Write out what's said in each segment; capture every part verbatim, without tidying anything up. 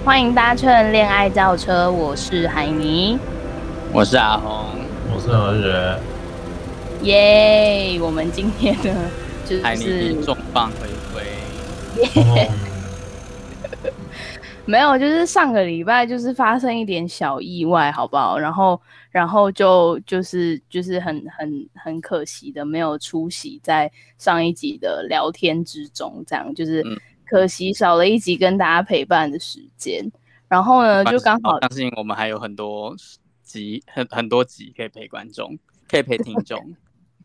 欢迎搭乘恋爱轿车，我是海尼， 我是阿红， 我是何学。 耶！我们今天呢，就是海尼重磅回归。 耶！没有，就是上个礼拜就是发生一点小意外，好不好？然后，然后就就是就是很很很可惜的没有出席在上一集的聊天之中，这样就是可惜少了一集跟大家陪伴的时间。然后呢，就刚好相信我们还有很多集很很多集可以陪观众，可以陪听众。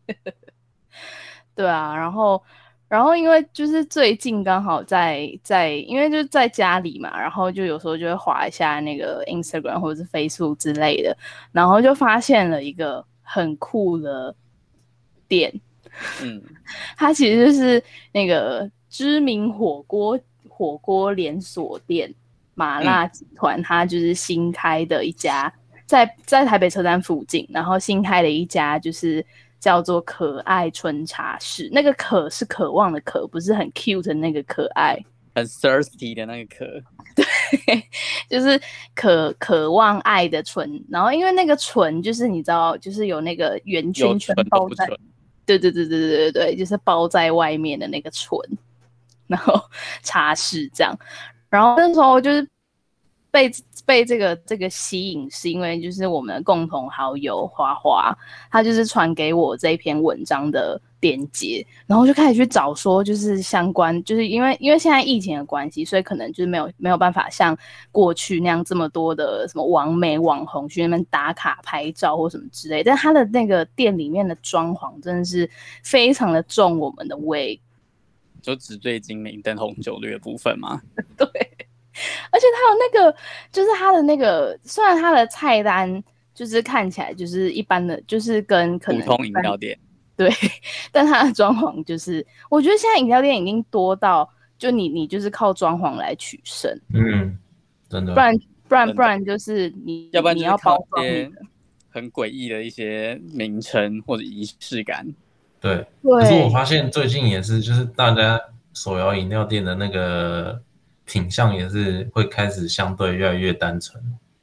对啊，然后。然后因为就是最近刚好在在，因为就是在家里嘛，然后就有时候就会滑一下那个 Instagram 或者是 Facebook 之类的，然后就发现了一个很酷的店，嗯，它其实就是那个知名火锅火锅连锁店麻辣集团，它就是新开的一家，在在台北车站附近，然后新开的一家就是。叫做可爱春茶室，那个可是渴望的渴，不是很 cute 的那个可爱， 很 thirsty 的那个渴， 对，就是渴渴望爱的纯。然后因为那个纯就是你知道，就是有那个圆圈圈包在，对对对对对对对，就是包在外面的那个纯，然后茶室这样。然后那时候就是。被被这个这个吸引，是因为就是我们的共同好友花花，他就是传给我这篇文章的链接，然后就开始去找说，就是相关，就是因为因为现在疫情的关系，所以可能就是没有没有办法像过去那样这么多的什么网美网红去那边打卡拍照或什么之类，但他的那个店里面的装潢真的是非常的重我们的胃， 就纸醉金迷灯红酒绿的部分吗？ 对。而且他有那个，就是他的那个，虽然他的菜单就是看起来就是一般的，就是跟可能普通饮料店， 对，但他的装潢就是，我觉得现在饮料店已经多到，就你你就是靠装潢来取胜， 嗯，真的， 不然不然不然就是你， 要不然你要包装一些很诡异的一些名称或者仪式感， 对。可是我发现最近也是，就是大家手摇饮料店的那个。品相也是会开始相对越来越单纯，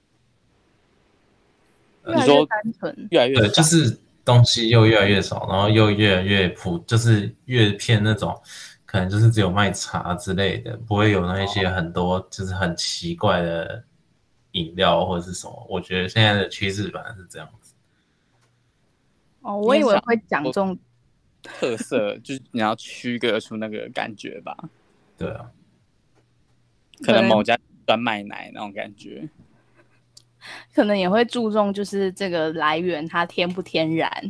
越来越单纯， 越来越对，就是东西又越来越少，然后又越来越普，就是越偏那种可能就是只有卖茶之类的，不会有那一些很多就是很奇怪的饮料或者是什么。我觉得现在的趋势反而是这样子。 哦，我以为会讲这种特色，就是你要区隔出那个感觉吧。 对啊。 可能某家专卖奶那种感觉， 可能也会注重就是这个来源它天不天然，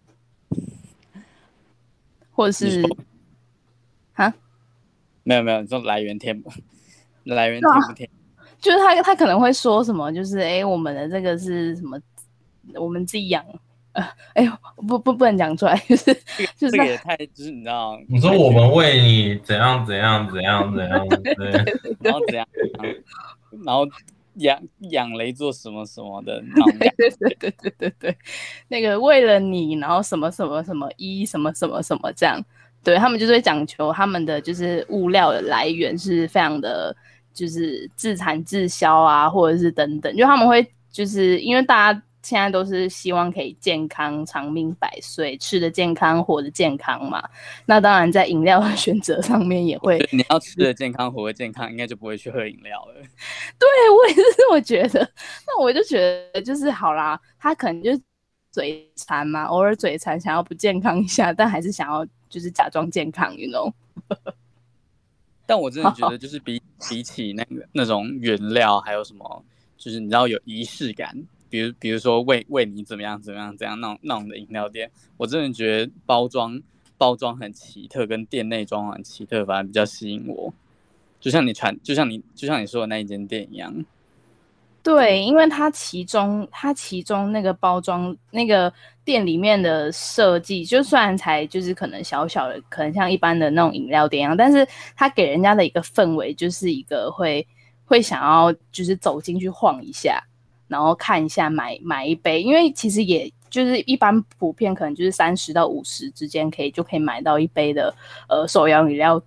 或者是啊， 没有没有，你说来源天不来源天不天然， 啊、就是他他可能会说什么，就是哎，我们的这个是什么，我们自己养。呃，哎呦，不不不能讲出来，就是就是这个也太就是你知道， 你说我们为你怎样怎样怎样怎样，对， 然后怎样，然后养养了一座什么什么的那种感觉， 对对对对对对，那个为了你，然后什么什么什么一什么什么什么这样，对他们就是会讲求他们的就是物料的来源是非常的，就是自产自销啊，或者是等等，就他们会就是因为大家。现在都是希望可以健康长命百岁，吃的健康活的健康嘛，那当然在饮料的选择上面也会， 你要吃的健康活的健康应该就不会去喝饮料了。 对，我也是这么觉得，那我就觉得就是好啦，他可能就是嘴馋嘛，偶尔嘴馋想要不健康一下，但还是想要就是假装健康 you know 但我真的觉得就是比比起那个那种原料还有什么就是你知道有仪式感，比如比如说为为你怎么样怎么样怎样那种那种的饮料店，我真的觉得包装包装很奇特，跟店内装潢很奇特，反而比较吸引我。就像你传，就像你就像你说的那一间店一样。 对，因为它其中它其中那个包装那个店里面的设计，就虽然才就是可能小小的，可能像一般的那种饮料店一样，但是它给人家的一个氛围就是一个会会想要就是走进去晃一下。然后看一下买买一杯，因为其实也就是一般普遍可能就是三十到五十之间可以就可以买到一杯的呃手摇饮料店。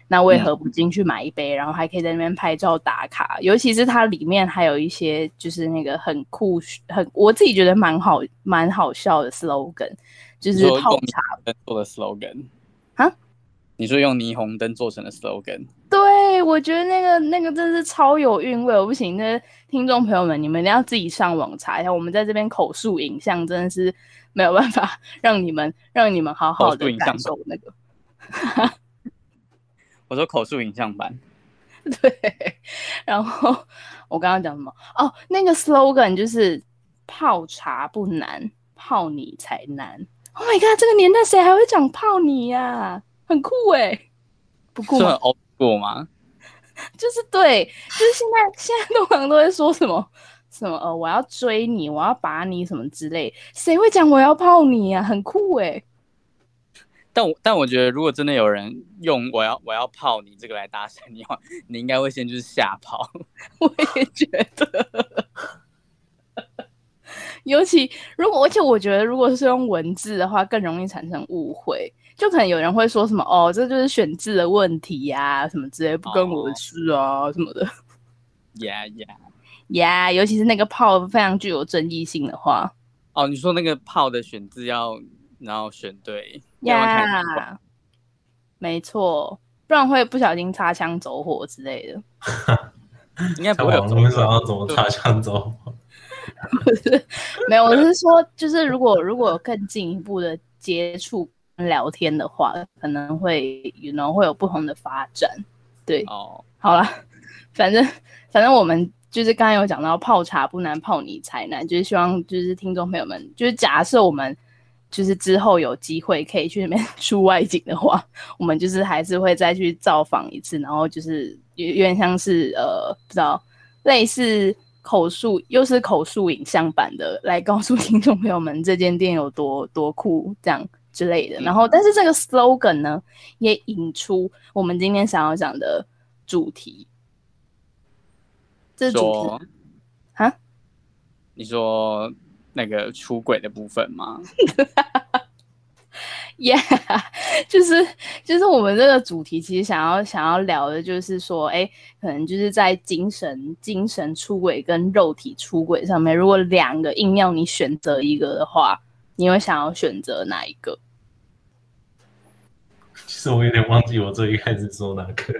那为何不进去买一杯，然后还可以在那边拍照打卡？尤其是它里面还有一些就是那个很酷、很我自己觉得蛮好、蛮好笑的 slogan， 就是泡茶做的 slogan 啊。 你说用霓虹灯做成的 slogan， 对，我觉得那个那个真是超有韵味，我不行，那听众朋友们，你们一定要自己上网查一下，我们在这边口述影像真的是没有办法让你们让你们好好的感受那个。 我说口述影像版， 对，然后我刚刚讲什么？哦，那个 slogan 就是泡茶不难，泡你才难。Oh my god， 这个年代谁还会讲泡你呀、啊？很酷哎、欸，不酷吗？ 是很 old school 吗？ 就是对，就是现在现在通常都会说什么什么呃，我要追你，我要把你什么之类，谁会讲我要泡你啊？很酷哎、欸。 但我但我觉得，如果真的有人用我要我要泡你这个来搭讪你的话，你应该会先就是吓跑。 我也觉得。尤其如果，而且我觉得，如果是用文字的话，更容易产生误会。就可能有人会说什么哦，这就是选字的问题呀、啊，什么之类，不跟我的事啊、哦、什么的。 Yeah, yeah, yeah， 尤其是那个泡非常具有争议性的话。 哦，你说那个泡的选字要，然后选对。 Yeah， 没错，不然会不小心擦枪走火之类的。 应该不会有。 网络上要怎么擦枪走火？ 没有，我是说，就是如果如果有更进一步的接触聊天的话，可能会 you know 会有不同的发展。对，哦，好啦，反正反正我们就是刚才有讲到泡茶不难，泡你才难，就是希望就是听众朋友们，就是假设我们就是之后有机会可以去那边出外景的话，我们就是还是会再去造访一次，然后就是有有点像是呃不知道类似。口述又是口述影像版的，来告诉听众朋友们这间店有多多酷，这样之类的。然后，但是这个 slogan 呢，也引出我们今天想要讲的主题。这主题啊？ 你说那个出轨的部分吗 ？Yeah， 就是就是我们这个主题其实想要想要聊的就是说，哎，可能就是在精神精神出轨跟肉体出轨上面，如果两个硬要你选择一个的话，你会想要选择哪一个？ 其实我有点忘记我最一开始说哪个。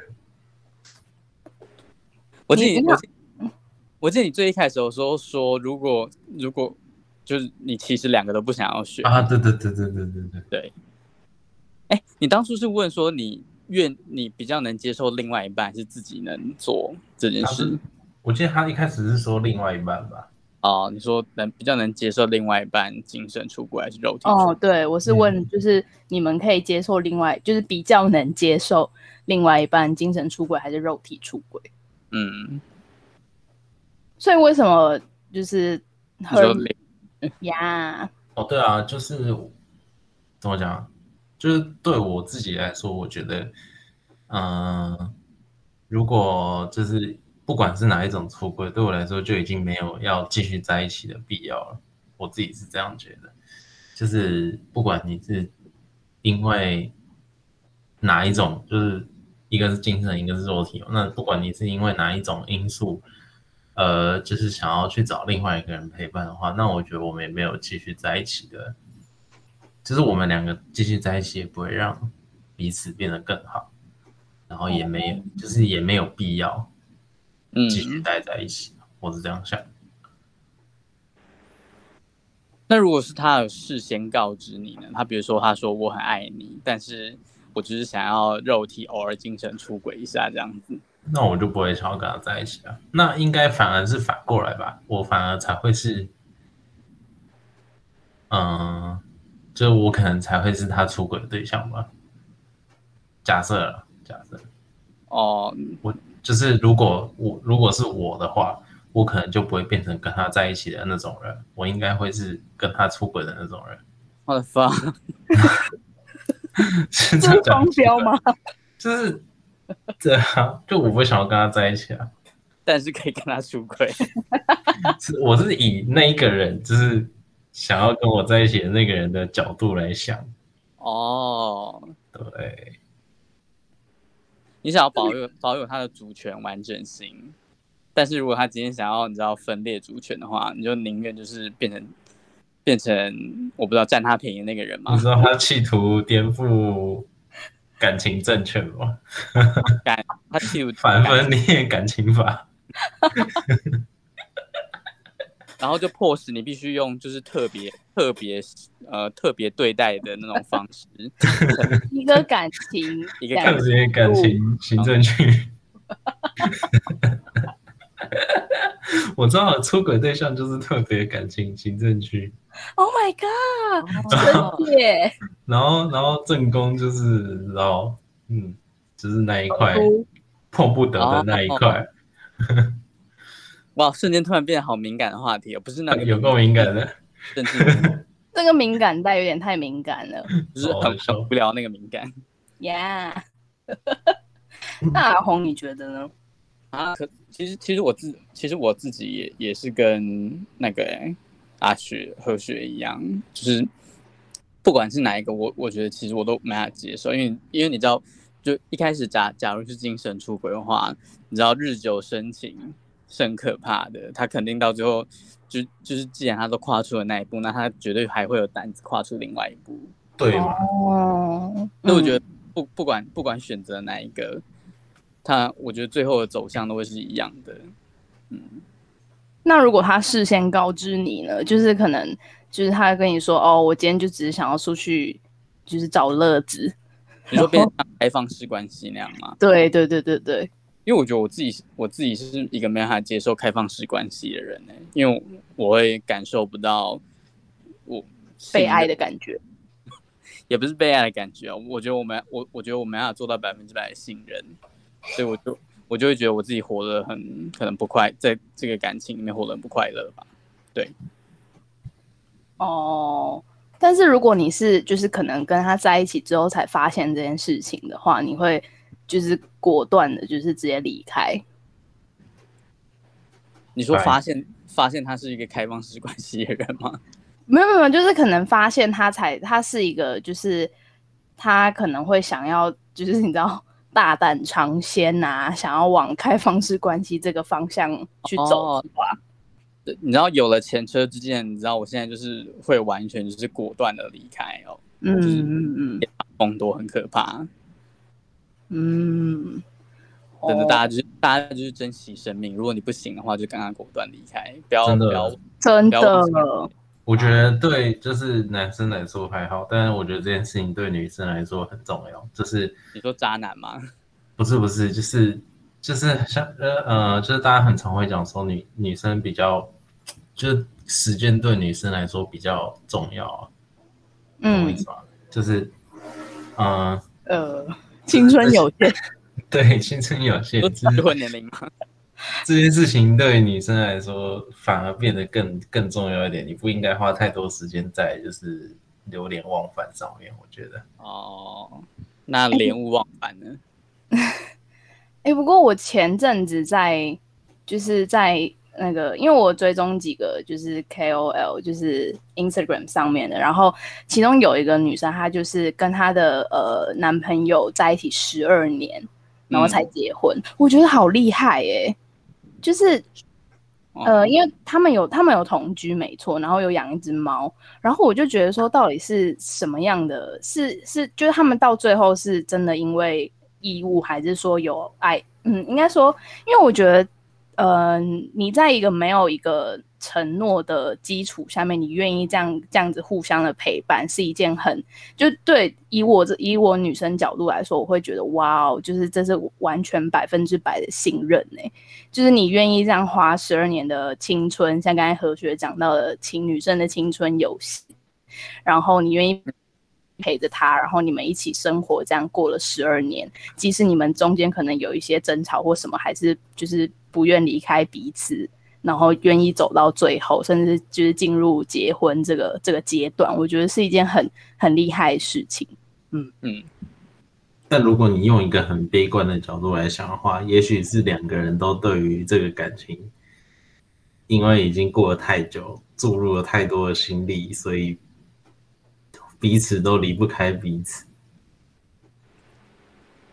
我记得我记得我记得你最一开始的时候说，如果如果就是你其实两个都不想要选啊，对对对对对对对对。哎，你当初是问说你愿你比较能接受另外一半，还是自己能做这件事？ 我记得他一开始是说另外一半吧。 哦，你说能比较能接受另外一半精神出轨还是肉体出轨？ 哦，对，我是问，就是你们可以接受另外，嗯、就是比较能接受另外一半精神出轨还是肉体出轨？ 嗯， 所以为什么就是你说呀？ 哦，对啊，就是怎么讲？就是对我自己来说，我觉得，嗯、呃，如果就是不管是哪一种出轨，对我来说就已经没有要继续在一起的必要了。我自己是这样觉得，就是不管你是因为哪一种，就是一个是精神，一个是肉体，那不管你是因为哪一种因素，呃，就是想要去找另外一个人陪伴的话，那我觉得我们也没有继续在一起的。就是我们两个继续在一起也不会让彼此变得更好，然后也没有，就是也没有必要继续待在一起。嗯、我是这样想。 那如果是他有事先告知你呢？他比如说他说我很爱你，但是我只是想要肉体偶尔精神出轨一下这样子， 那我就不会想要跟他在一起啊。那应该反而是反过来吧，我反而才会是，嗯。就我可能才会是他出轨的对象吧，假设了，假设。 哦， 我就是如果我如果是我的话，我可能就不会变成跟他在一起的那种人，我应该会是跟他出轨的那种人。 我的妈！ 是这是双标吗？ 就是对啊，就我不会想要跟他在一起啊， 但是可以跟他出轨。 是我是以那一个人就是。想要跟我在一起的那个人的角度来想， 哦， 对， 你想要保有保有他的主权完整性，但是如果他今天想要你知道分裂主权的话，你就宁愿就是变成变成我不知道占他便宜的那个人吗？ 你知道他企图颠覆感情政权吗？ 感他企图反分裂感情法。 然后就迫使你必须用就是特别特别呃特别对待的那种方式， 一个感情， 一个特别感情行政区。我知道出轨对象就是特别感情行政区。 Oh my god！ 真的。 然后，然后正宫就是，然后嗯，就是那一块碰不得的那一块。 哇！瞬间突然变得好敏感的话题，不是那个有够敏感的， 这个敏感带有点太敏感了， 就是很很无聊那个敏感。 呀、yeah ，那阿红你觉得呢？ 啊，可其实其实我自其实我自己也也是跟那个、欸、阿雪何雪一样，就是不管是哪一个，我我觉得其实我都没法接受，因为因为你知道，就一开始假假如是精神出轨的话，你知道日久生情。是很可怕的，他肯定到最后就就是，既然他都跨出了那一步，那他绝对还会有胆子跨出另外一步， 对嘛？ 哦， 所以我觉得不不管不管选择哪一个，他我觉得最后的走向都会是一样的。嗯， 那如果他事先告知你呢？就是可能就是他跟你说，哦，我今天就只是想要出去，就是找乐子。 你说变成开放式关系那样吗？ 对对对对对。 因为我觉得我自己我自己是一个没办法接受开放式关系的人、欸、因为我会感受不到我被爱的感觉， 也不是被爱的感觉、喔、我觉得我们我我觉得我没办法做到百分之百的信任，所以我就我就会觉得我自己活得很可能不快，在这个感情里面活得很不快乐吧。对。 哦，但是如果你是就是可能跟他在一起之后才发现这件事情的话，你会就是果断的，就是直接离开。 你说发现发现他是一个开放式关系的人吗？ 没有没有，就是可能发现他才他是一个，就是他可能会想要，就是你知道大胆尝鲜啊，想要往开放式关系这个方向去走的话。 哦，你知道有了前车之鉴，你知道我现在就是会完全就是果断的离开哦。 嗯嗯嗯， 风多很可怕。 嗯， 真的，大家就是、哦、大家就是珍惜生命。如果你不行的话，就赶快果断离开，不要真的不要真的。 我觉得对，就是男生来说还好，但是我觉得这件事情对女生来说很重要。就是你说渣男吗？ 不是不是，就是就是像呃呃，就是大家很常会讲说女女生比较，就是时间对女生来说比较重要啊。 嗯， 就是嗯呃, 呃，青春有限。 对，青春有限， 结婚年龄吗？ 这件事情对女生来说反而变得更更重要一点，你不应该花太多时间在就是流连忘返上面，我觉得。 哦，那莲雾忘返呢？ 哎、欸，不过我前阵子在就是在那个，因为我追踪几个就是 K O L， 就是 Instagram 上面的，然后其中有一个女生，她就是跟她的呃男朋友在一起十二年，然后才结婚，嗯、我觉得好厉害耶、欸！就是呃，因为他们有他们有同居没错，然后有养一只猫，然后我就觉得说，到底是什么样的？是是，就是他们到最后是真的因为义务，还是说有爱？嗯，应该说，因为我觉得。呃，你在一个没有一个承诺的基础下面，你愿意这样这样子互相的陪伴，是一件很就对以我这以我女生角度来说，我会觉得哇哦，就是这是完全百分之百的信任呢、欸。就是你愿意这样花十二年的青春，像刚才何学讲到的青女生的青春游戏，然后你愿意陪着他，然后你们一起生活，这样过了十二年，即使你们中间可能有一些争吵或什么，还是就是不愿离开彼此，然后愿意走到最后，甚至就是进入结婚这个这个阶段，我觉得是一件很很厉害的事情。嗯嗯。 但如果你用一个很悲观的角度来想的话，也许是两个人都对于这个感情，因为已经过了太久，注入了太多的心力，所以彼此都离不开彼此。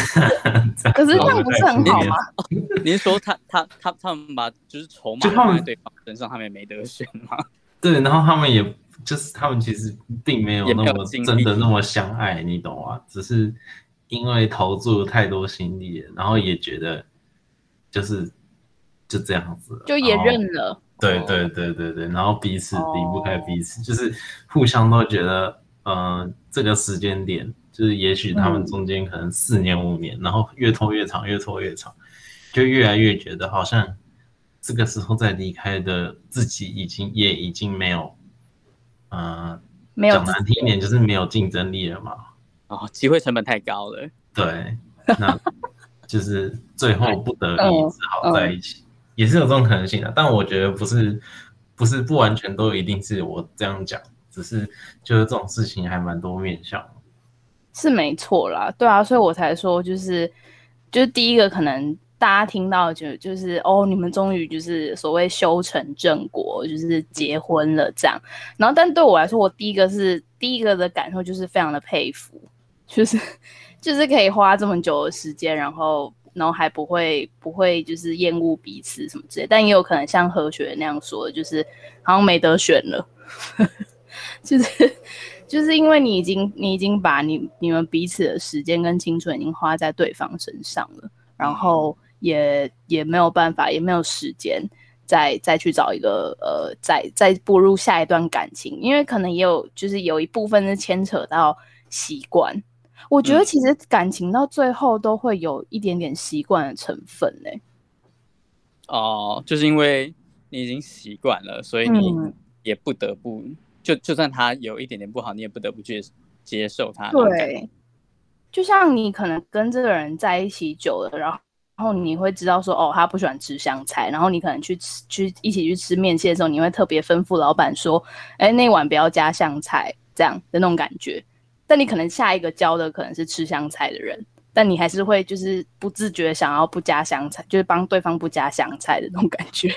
可是这样不是很好吗？ 你是说他他他他们把就是筹码放在对方身上，他们也没得选吗？ 对，然后他们也就是他们其实并没有那么真的那么相爱，你懂吗？只是因为投注了太多心力了，然后也觉得就是就这样子了， 就也认了。 对对对对对，然后彼此离不开彼此，哦、就是互相都觉得，呃，这个时间点就是也许他们中间可能四年五年，嗯、然后越拖越长，越拖越长，就越来越觉得好像这个时候再离开的自己已经也已经没有，呃， 没有讲难听一点就是没有竞争力了嘛。 哦，机会成本太高了。 对，那就是最后不得已只好在一起。嗯嗯也是有这种可能性的，但我觉得不是不是不完全都一定是我这样讲，只是就是这种事情还蛮多面向的， 是没错啦，对啊，所以我才说就是就是第一个可能大家听到就就是哦，你们终于就是所谓修成正果，就是结婚了这样，然后但对我来说，我第一个是第一个的感受就是非常的佩服，就是就是可以花这么久的时间，然后。然后还不会不会就是厌恶彼此什么之类，但也有可能像何雪那样说的，就是好像没得选了，就是就是因为你已经你已经把你你们彼此的时间跟青春已经花在对方身上了，然后也也没有办法，也没有时间再再去找一个呃再再步入下一段感情，因为可能也有就是有一部分是牵扯到习惯。我觉得其实感情到最后都会有一点点习惯的成分嘞、欸。 哦，就是因为你已经习惯了，所以你也不得不、嗯、就就算他有一点点不好，你也不得不去接受他。 对，就像你可能跟这个人在一起久了，然后然后你会知道说哦，他不喜欢吃香菜，然后你可能去吃去一起去吃面线的时候，你会特别吩咐老板说，哎，那碗不要加香菜，这样的那种感觉。但你可能下一个交的可能是吃香菜的人，但你还是会就是不自觉想要不加香菜，就是帮对方不加香菜的那种感觉。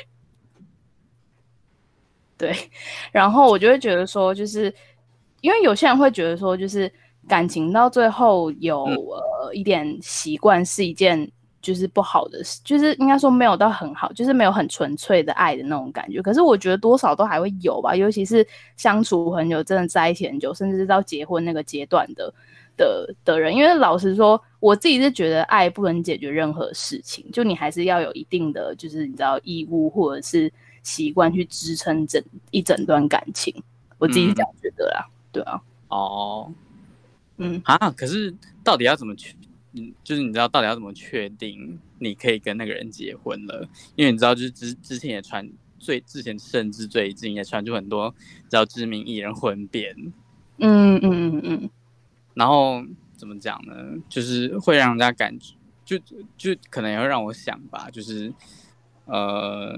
对，然后我就会觉得说，就是因为有些人会觉得说，就是感情到最后有、嗯、呃一点习惯是一件就是不好的事，就是应该说没有到很好，就是没有很纯粹的爱的那种感觉。可是我觉得多少都还会有吧，尤其是相处很久，真的在一起很久，甚至是到结婚那个阶段的的的人。因为老实说，我自己是觉得爱不能解决任何事情，就你还是要有一定的就是你知道义务或者是习惯去支撑整一整段感情。我自己是这样觉得啦，嗯、对啊。 哦，嗯啊，可是到底要怎么去？嗯，就是你知道到底要怎么确定你可以跟那个人结婚了？因为你知道，就是之之前也传最之前甚至最近也传出很多知道知名艺人婚变， 嗯嗯嗯嗯， 然后怎么讲呢？就是会让人家感觉，就就可能也会让我想吧，就是呃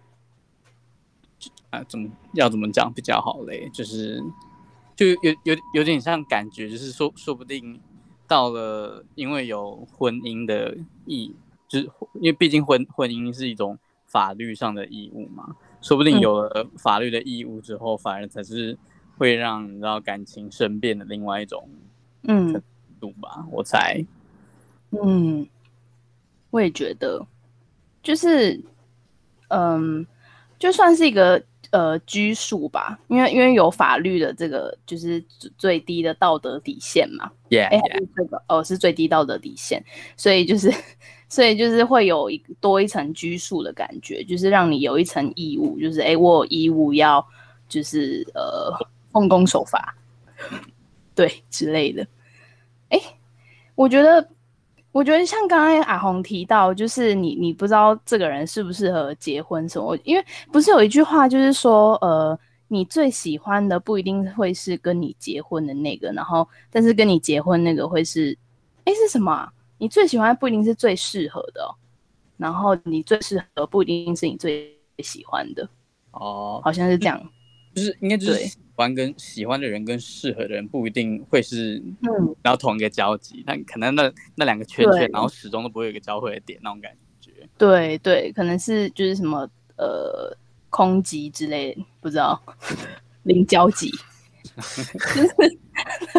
啊，怎么要怎么讲比较好嘞？就是就有有有点像感觉，就是说说不定。到了，因为有婚姻的义，就是因为毕竟婚婚姻是一种法律上的义务嘛，说不定有了法律的义务之后，嗯、反而才是会让你知道感情生变的另外一种程度吧，嗯、我猜。 嗯，我也觉得，就是嗯，就算是一个。呃，拘束吧，因为因为有法律的这个就是最低的道德底线嘛， yeah, yeah. 这个哦是最低道德底线，所以就是所以就是会有一多一层拘束的感觉，就是让你有一层义务，就是哎，我有义务要就是呃奉公守法，对之类的。哎，我觉得。我觉得像刚刚阿红提到，就是你你不知道这个人适不适合结婚什么，因为不是有一句话就是说，呃，你最喜欢的不一定会是跟你结婚的那个，然后但是跟你结婚那个会是，哎是什么啊？你最喜欢不一定是最适合的、哦，然后你最适合不一定是你最喜欢的， 哦， 好像是这样， 就是应该就是喜欢跟喜欢的人跟适合的人不一定会是，嗯，然后同一个交集，但可能那那两个圈圈，然后始终都不会有一个交汇的点那种感觉。 对对，可能是就是什么呃空集之类的，不知道零交集，就是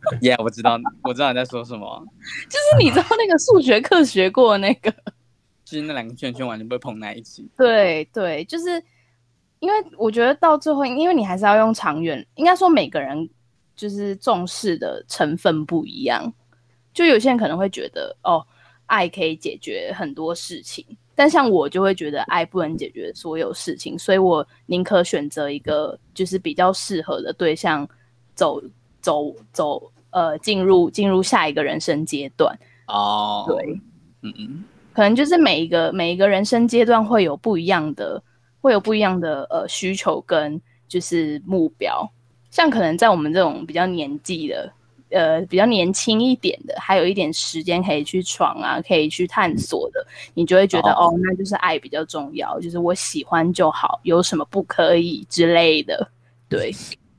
Yeah， 我知道，我知道你在说什么。 就是你知道那个数学课学过的那个， 就是那两个圈圈完全不会碰在一起。 对对，就是因为我觉得到最后，因为你还是要用长远，应该说每个人就是重视的成分不一样。就有些人可能会觉得，哦，爱可以解决很多事情，但像我就会觉得爱不能解决所有事情，所以我宁可选择一个就是比较适合的对象，走走走，呃，进入进入下一个人生阶段。 哦， 对， 嗯嗯， 可能就是每一个每一个人生阶段会有不一样的，会有不一样的呃需求跟就是目标。像可能在我们这种比较年纪的。呃，比较年轻一点的，还有一点时间可以去闯啊，可以去探索的，你就会觉得 哦, 哦，那就是爱比较重要，就是我喜欢就好，有什么不可以之类的，对，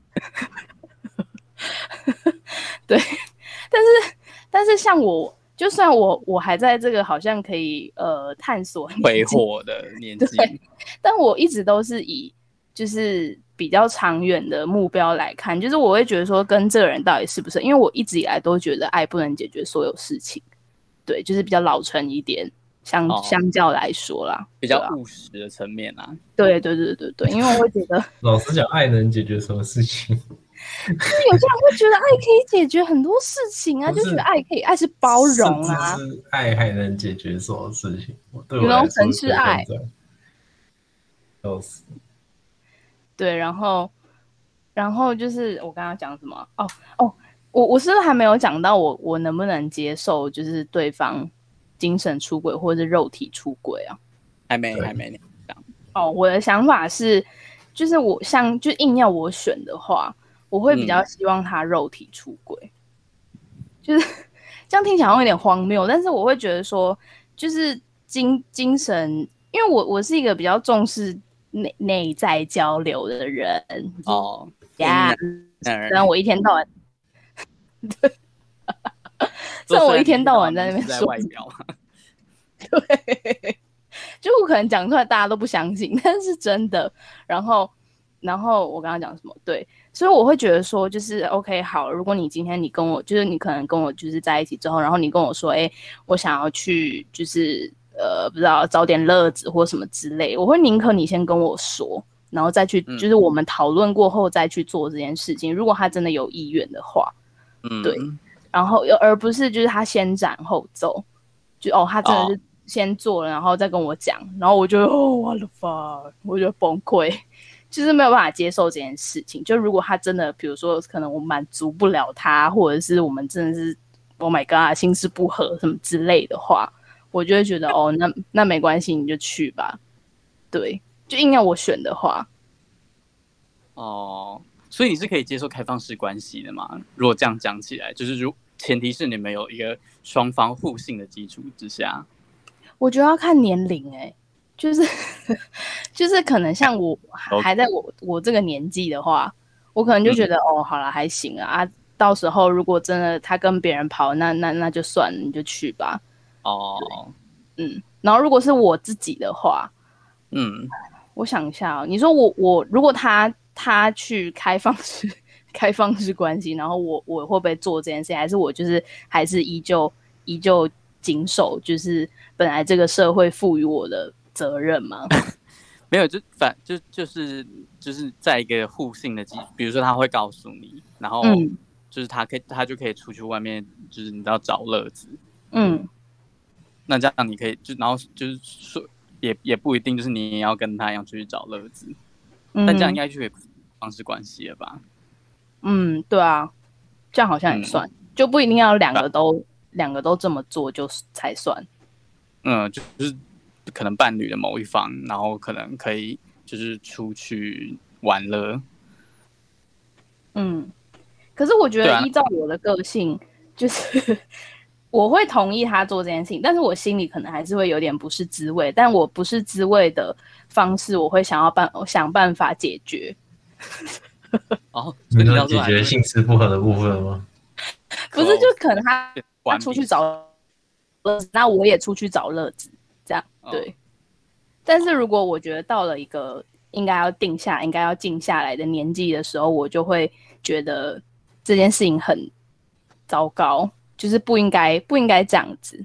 对，但是但是像我，就算我我还在这个好像可以呃探索挥霍的年纪， 但我一直都是以就是比较长远的目标来看，就是我会觉得说跟这个人到底是不是，因为我一直以来都觉得爱不能解决所有事情，对，就是比较老成一点，相、哦、相较来说啦， 比较务实的层面啊。 对对对对对，因为我会觉得老实讲，爱能解决什么事情？ 就是有些人会觉得爱可以解决很多事情啊，就觉得爱可以，爱是包容啊， 甚至是爱还能解决所有事情。对我来说， 城市爱， 笑死。 对，然后，然后就是我刚刚讲什么？哦哦，我我是不是还没有讲到我我能不能接受就是对方精神出轨或者是肉体出轨啊？ 还没还没讲。 哦，我的想法是，就是我像就硬要我选的话，我会比较希望他肉体出轨。嗯、就是这样听起来好像有点荒谬，但是我会觉得说，就是精精神，因为我我是一个比较重视。内内在交流的人哦呀，虽然我一天到晚，对，虽然我一天到晚在那边说外表， 对，就我可能讲出来大家都不相信，但是真的。然后，然后我刚刚讲什么？对，所以我会觉得说，就是 OK， 好，如果你今天你跟我，就是你可能跟我就是在一起之后，然后你跟我说，哎，我想要去就是。呃，不知道找点乐子或什么之类，我会宁可你先跟我说，然后再去，嗯、就是我们讨论过后再去做这件事情。如果他真的有意愿的话，嗯，对，然后而不是就是他先斩后奏，就哦，他真的是先做了，然后再跟我讲，然后我就哦，我的 fuck， 我就崩溃，就是没有办法接受这件事情。就如果他真的，比如说可能我满足不了他，或者是我们真的是 Oh my God， 心事不合什么之类的话。我就会觉得哦，那那没关系，你就去吧。对，就硬要我选的话， 哦，所以你是可以接受开放式关系的吗？如果这样讲起来，就是如前提是你们有一个双方互信的基础之下。 我觉得要看年龄、欸，哎，就是就是可能像我还在我我这个年纪的话，我可能就觉得、嗯、哦，好了，还行啊。啊，到时候如果真的他跟别人跑，那那那就算了，你就去吧。 哦， 嗯，然后如果是我自己的话， 嗯， 我想一下、哦，你说我我如果他他去开放式开放式关系，然后我我会不会做这件事情，还是我就是还是依旧依旧谨守就是本来这个社会赋予我的责任吗？ 没有，就反就就是就是在一个互信的基础，比如说他会告诉你，然后就是他可以、嗯、他就可以出去外面，就是你知道找乐子，嗯。那这样你可以就然后就是说也也不一定就是你也要跟他一样出去找乐子，嗯、但这样应该就可以方式关系了吧？ 嗯，对啊，这样好像也算，嗯、就不一定要两个都两个都这么做就才算。 嗯，就是可能伴侣的某一方，然后可能可以就是出去玩乐。 嗯，可是我觉得依照我的个性，啊、就是。我会同意他做这件事情，但是我心里可能还是会有点不是滋味。但我不是滋味的方式，我会想要办想办法解决。 哦， 你能解决性事不合的部分吗？ 不是，就可能他他出去找乐子，那我也出去找乐子，这样对。哦、但是如果我觉得到了一个应该要定下、应该要静下来的年纪的时候，我就会觉得这件事情很。 糟糕，就是不应该不应该这样子。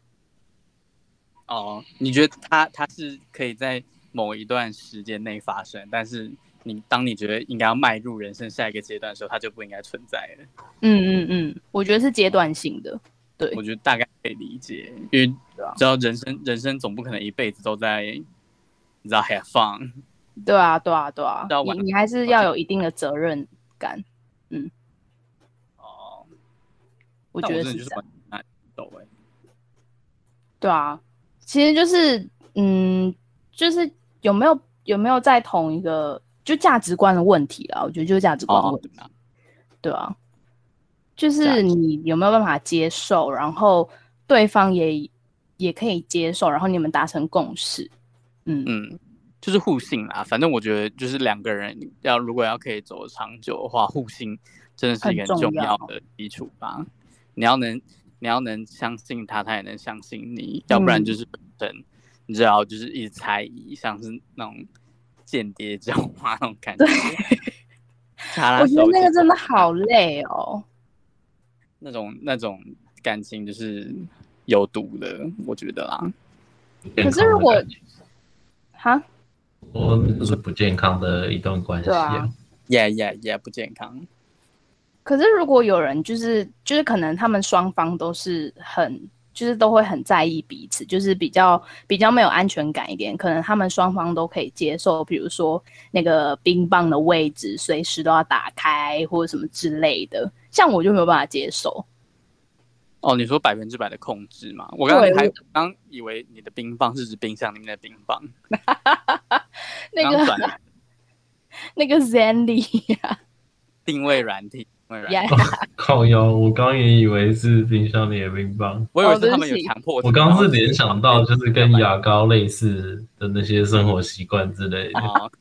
哦，你觉得他他是可以在某一段时间内发生，但是你当你觉得应该要迈入人生下一个阶段的时候，它就不应该存在了。 嗯嗯嗯，我觉得是阶段性的。对， 我觉得大概可以理解，因为知道人生人生总不可能一辈子都在你知道 have fun。 对啊对啊对啊，你你还是要有一定的责任感。嗯， 哦， 我觉得是这样。 懂哎。 对啊，其实就是嗯，就是有没有有没有在同一个就价值观的问题啦，我觉得就是价值观的问题。哦、对啊，就是你有没有办法接受，然后对方也也可以接受，然后你们达成共识。嗯嗯，就是互信啦。反正我觉得就是两个人要如果要可以走长久的话，互信真的是一个很重要的基础吧。你要能。你要能相信他，他也能相信你，要不然就是本身你只要就是一直猜疑，像是那种间谍交往那种感觉。 我觉得那个真的好累哦。 那种那种感情就是有毒的，我觉得啦。 可是如果哈， 我那是不健康的一段关系啊。 Yeah yeah yeah， 不健康。 可是如果有人就是就是可能他们双方都是很就是都会很在意彼此，就是比较比较没有安全感一点，可能他们双方都可以接受，比如说那个冰棒的位置随时都要打开或者什么之类的，像我就没有办法接受。 哦，你说百分之百的控制吗？我刚刚还刚以为你的冰棒是指冰箱里面的冰棒， 那个那个 Zenly 啊， 定位软体。 靠腰，我刚也以为是冰箱里的冰棒， 我以为是他们有强迫。 我刚是联想到就是跟牙膏类似的那些生活习惯之类的。 哦、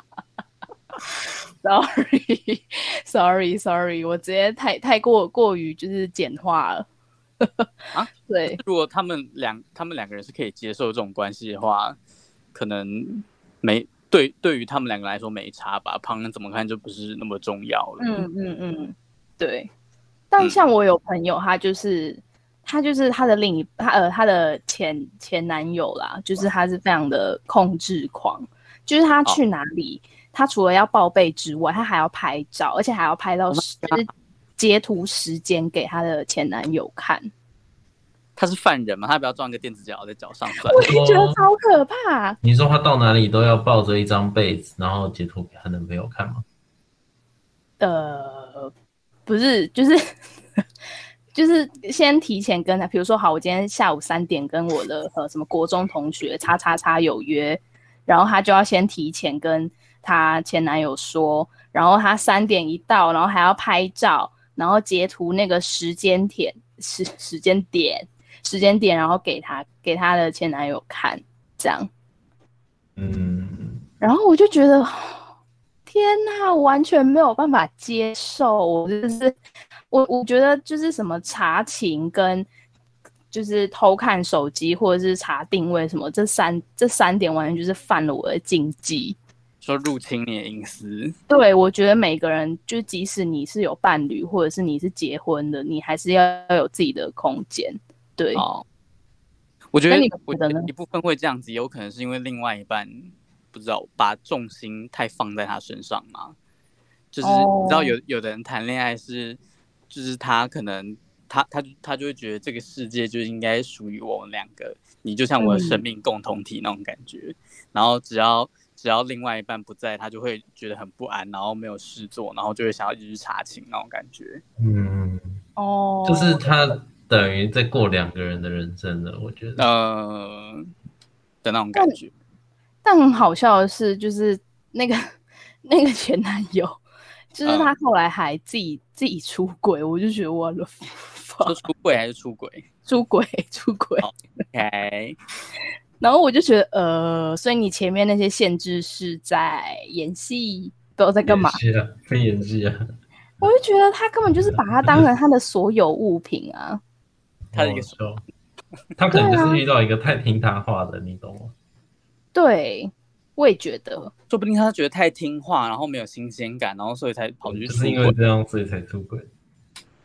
sorry sorry sorry， 我直接太太过过于就是简化了。 啊， 对， 如果他们两他们两个人是可以接受这种关系的话，可能没。对，对于他们两个来说没差吧，旁人怎么看就不是那么重要了。 嗯嗯嗯，对。但像我有朋友，他就是、嗯、他就是他的另一他呃他的前前男友啦，就是他是非常的控制狂，就是他去哪里，哦、他除了要报备之外，他还要拍照，而且还要拍到就是截图时间给他的前男友看。 他是犯人吗？他不要装一个电子脚在脚上算？ 我就觉得超可怕。 你说他到哪里都要抱着一张被子，然后截图给他男朋友看吗？ 呃，不是，就是就是先提前跟他，比如说，好，我今天下午三点跟我的呃什么国中同学叉叉叉有约，然后他就要先提前跟他前男友说，然后他三点一到，然后还要拍照，然后截图那个时间点时时间点。时间点，然后给他给他的前男友看，这样， 嗯， 然后我就觉得，天哪，我完全没有办法接受，我就是我我觉得就是什么查勤跟就是偷看手机或者是查定位什么，这三这三点完全就是犯了我的禁忌， 说入侵你的隐私。 对，我觉得每个人就即使你是有伴侣或者是你是结婚的，你还是要有自己的空间。对， 哦，我觉得我觉得一部分会这样子，有可能是因为另外一半不知道把重心太放在他身上嘛。就是你知道有有的人谈恋爱是，就是他可能他他他就会觉得这个世界就应该属于我们两个，你就像我的生命共同体那种感觉。嗯、然后只要只要另外一半不在，他就会觉得很不安，然后没有事做，然后就会想要一直查寝那种感觉。 嗯， 哦， 就是他。等于在过两个人的人生了，我觉得， 呃，的那种感觉。 但, 但很好笑的是，就是那个那个前男友，就是他后来还自己、嗯、自己出轨，我就觉得我了， 说出轨还是出轨？ 出轨，出轨。 OK。 然后我就觉得，呃，所以你前面那些限制是在演戏，不知道在干嘛？ 演戏啊，跟演戏啊。 我就觉得他根本就是把他当成他的所有物品啊。 他的一个手，他可能就是遇到一个太听他话的，啊、你懂吗？ 对，我也觉得， 说不定他觉得太听话，然后没有新鲜感，然后所以才跑去出轨。 就是因为这样，所以才出轨。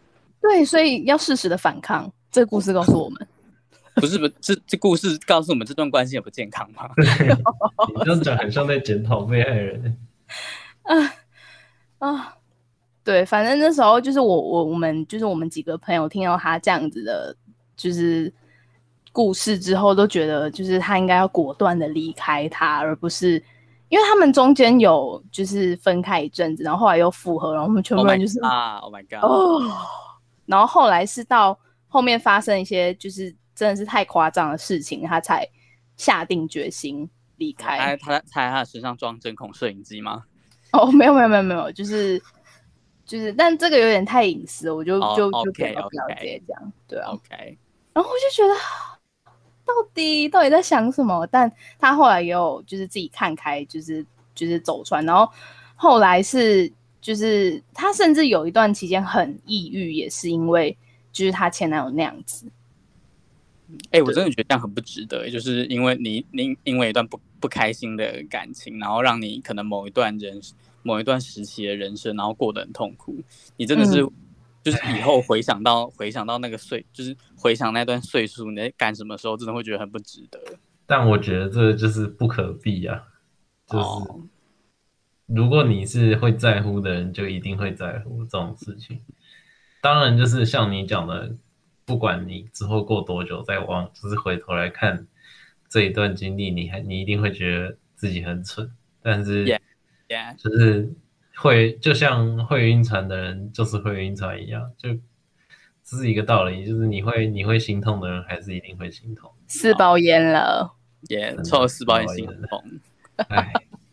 对，所以要适时的反抗。这个故事告诉我们， 不是不这这故事告诉我们这段关系也不健康吗？ 你这样讲很像在检讨被害人。 啊啊，对，反正那时候就是我我我们就是我们几个朋友听到他这样子的，就是故事之后，都觉得就是他应该要果断的离开他，而不是因为他们中间有就是分开一阵子，然后后来又复合，然后我们全部人就是啊 ，Oh my god， 哦，然后后来是到后面发生一些就是真的是太夸张的事情，他才下定决心离开。 他他他在他身上装针孔摄影机吗？ 哦，没有没有没有没有，就是就是，但这个有点太隐私了，我就、 oh, 就 okay, 就不要不要 okay. 直接讲，对啊。 OK， 然后我就觉得，到底到底在想什么？但他后来也有就是自己看开，就是就是走穿，然后后来是就是他甚至有一段期间很抑郁，也是因为就是他前男友那样子。 哎、欸，我真的觉得这样很不值得，就是因为你你因为一段不不开心的感情，然后让你可能某一段人某一段时期的人生，然后过得很痛苦，你真的是、嗯、就是以后回想到回想到那个岁，就是回想那段岁数你在干什么时候，真的会觉得很不值得。 但我觉得这就是不可避啊，就是、哦、如果你是会在乎的人，就一定会在乎这种事情。当然，就是像你讲的。不管你之后过多久再往，就是回头来看这一段经历，你还你一定会觉得自己很蠢，但是 yeah, yeah. 就是会就像会晕船的人就是会晕船一样，就这是一个道理，就是你会你会心痛的人还是一定会心痛。 四包烟了， 耶，抽了四包烟心痛。 哎，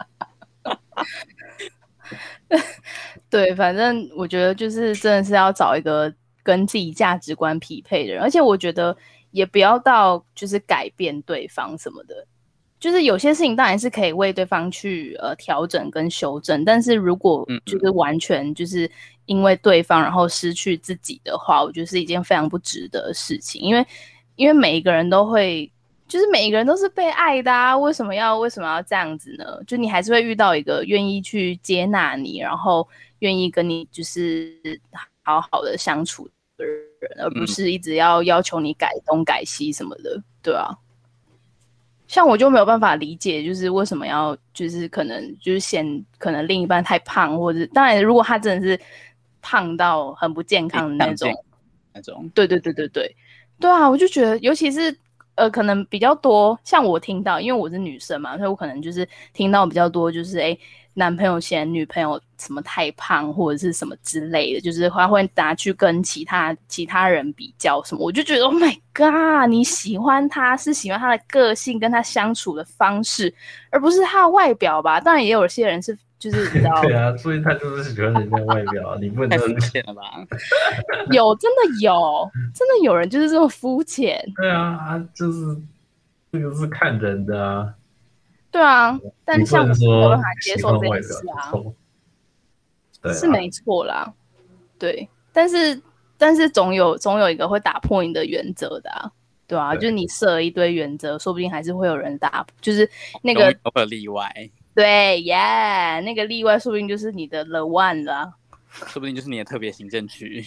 对，反正我觉得就是真的是要找一个跟自己价值观匹配的人，而且我觉得也不要到就是改变对方什么的，就是有些事情当然是可以为对方去呃调整跟修正，但是如果就是完全就是因为对方然后失去自己的话，我觉得是一件非常不值得的事情，因为因为每一个人都会，就是每一个人都是被爱的啊，为什么要为什么要这样子呢？就你还是会遇到一个愿意去接纳你，然后愿意跟你就是好好的相处的人，而不是一直要要求你改东改西什么的，对啊。像我就没有办法理解，就是为什么要就是可能就是嫌可能另一半太胖，或者当然如果他真的是胖到很不健康的那种那种， 对对对对对对啊，我就觉得尤其是呃可能比较多，像我听到，因为我是女生嘛，所以我可能就是听到比较多，就是哎男朋友嫌女朋友什么太胖或者是什么之类的，就是他会拿去跟其他其他人比较什么，我就觉得 Oh my god， 你喜欢他是喜欢他的个性跟他相处的方式，而不是他的外表吧？当然也有些人是就是你知道对啊，所以他就是喜欢人家外表，你不能太肤浅了吧？ 有真的有真的有人就是这么肤浅。 对啊，就是这个是看人的啊。 对啊，但像我没有办法接受这件事啊， 对啊是没错啦，对，但是但是总有总有一个会打破你的原则的啊，对啊，就是你设了一堆原则，说不定还是会有人打，就是那个有个例外， 对耶， yeah, 那个例外说不定就是你的 the one 啦， 说不定就是你的特别行政区。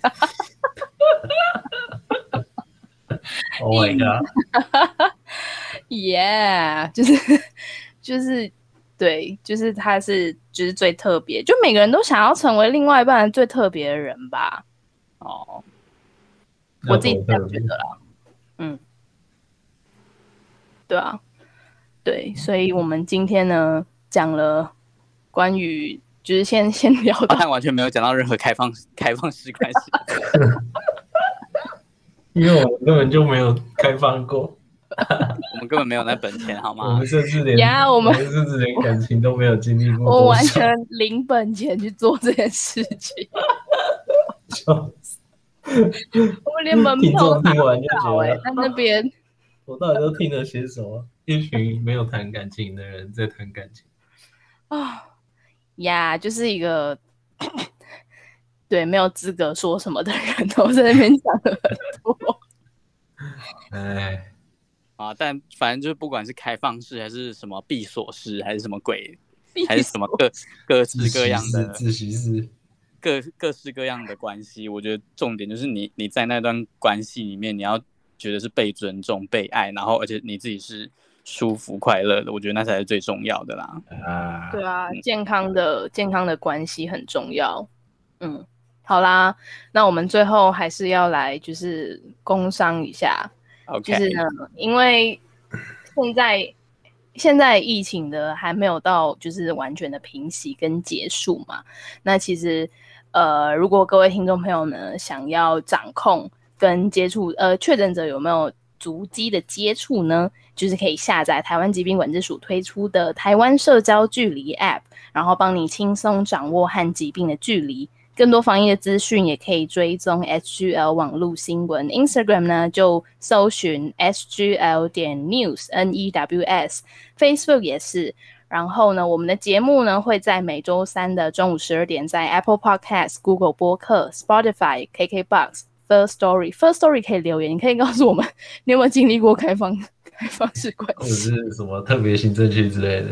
Oh my god！ Yeah， 就是就是对，就是他是就是最特别，就每个人都想要成为另外一半最特别的人吧。哦，我自己这样觉得啦。嗯，对啊，对，所以我们今天呢讲了关于，就是先先聊到， 但完全没有讲到任何开放开放式关系， 因为我们根本就没有开放过。 我们根本没有那本钱，好吗？ 我们甚至连 yeah, 我们甚至连感情都没有经历过， 我完全零本钱去做这件事情。我们连门票都听完就觉得， 在那边， 我到底都听了些什么？一群没有谈感情的人在谈感情啊呀， yeah, 就是一个对没有资格说什么的人，都在那边讲了很多。 哎。 啊，但反正就是不管是开放式还是什么闭锁式还是什么鬼，还是什么各各式各样的自习室， 各各式各样的关系，我觉得重点就是你你在那段关系里面，你要觉得是被尊重、被爱，然后而且你自己是舒服快乐的，我觉得那才是最重要的啦。 啊， 对啊，健康的健康的关系很重要。嗯，好啦，那我们最后还是要来就是工商一下。 Okay. 就是呢，因为现在现在疫情的还没有到就是完全的平息跟结束嘛，那其实呃，如果各位听众朋友呢想要掌控跟接触呃确诊者有没有足迹的接触呢，就是可以下载台湾疾病管制署推出的台湾社交距离 App， 然后帮你轻松掌握和疾病的距离。更多防疫的资讯也可以追踪 S G L 网络新闻 Instagram 呢就搜寻 S G L 点 news N E W S， Facebook 也是。然后呢，我们的节目呢会在每周三的中午十二点在 Apple Podcast、Google 播客、Spotify、K K Box、First Story。First Story 可以留言，你可以告诉我们你有没有经历过开放开放式关系， 或者是什么特别行政区之类的。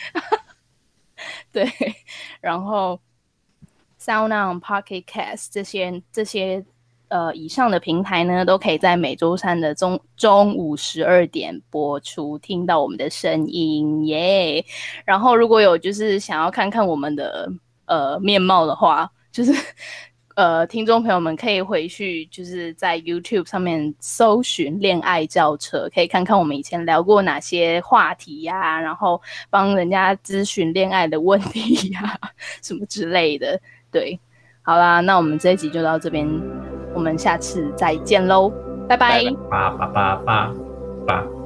对，然后SoundOn、Pocket Cast 这些这些呃以上的平台呢，都可以在每周三的中中午十二点播出，听到我们的声音耶。Yeah! 然后如果有就是想要看看我们的呃面貌的话，就是呃听众朋友们可以回去就是在 YouTube 上面搜寻恋爱轿车，可以看看我们以前聊过哪些话题呀、啊，然后帮人家咨询恋爱的问题呀、啊，什么之类的。对，好啦，那我们这一集就到这边，我们下次再见喽，拜拜， 八八八八八。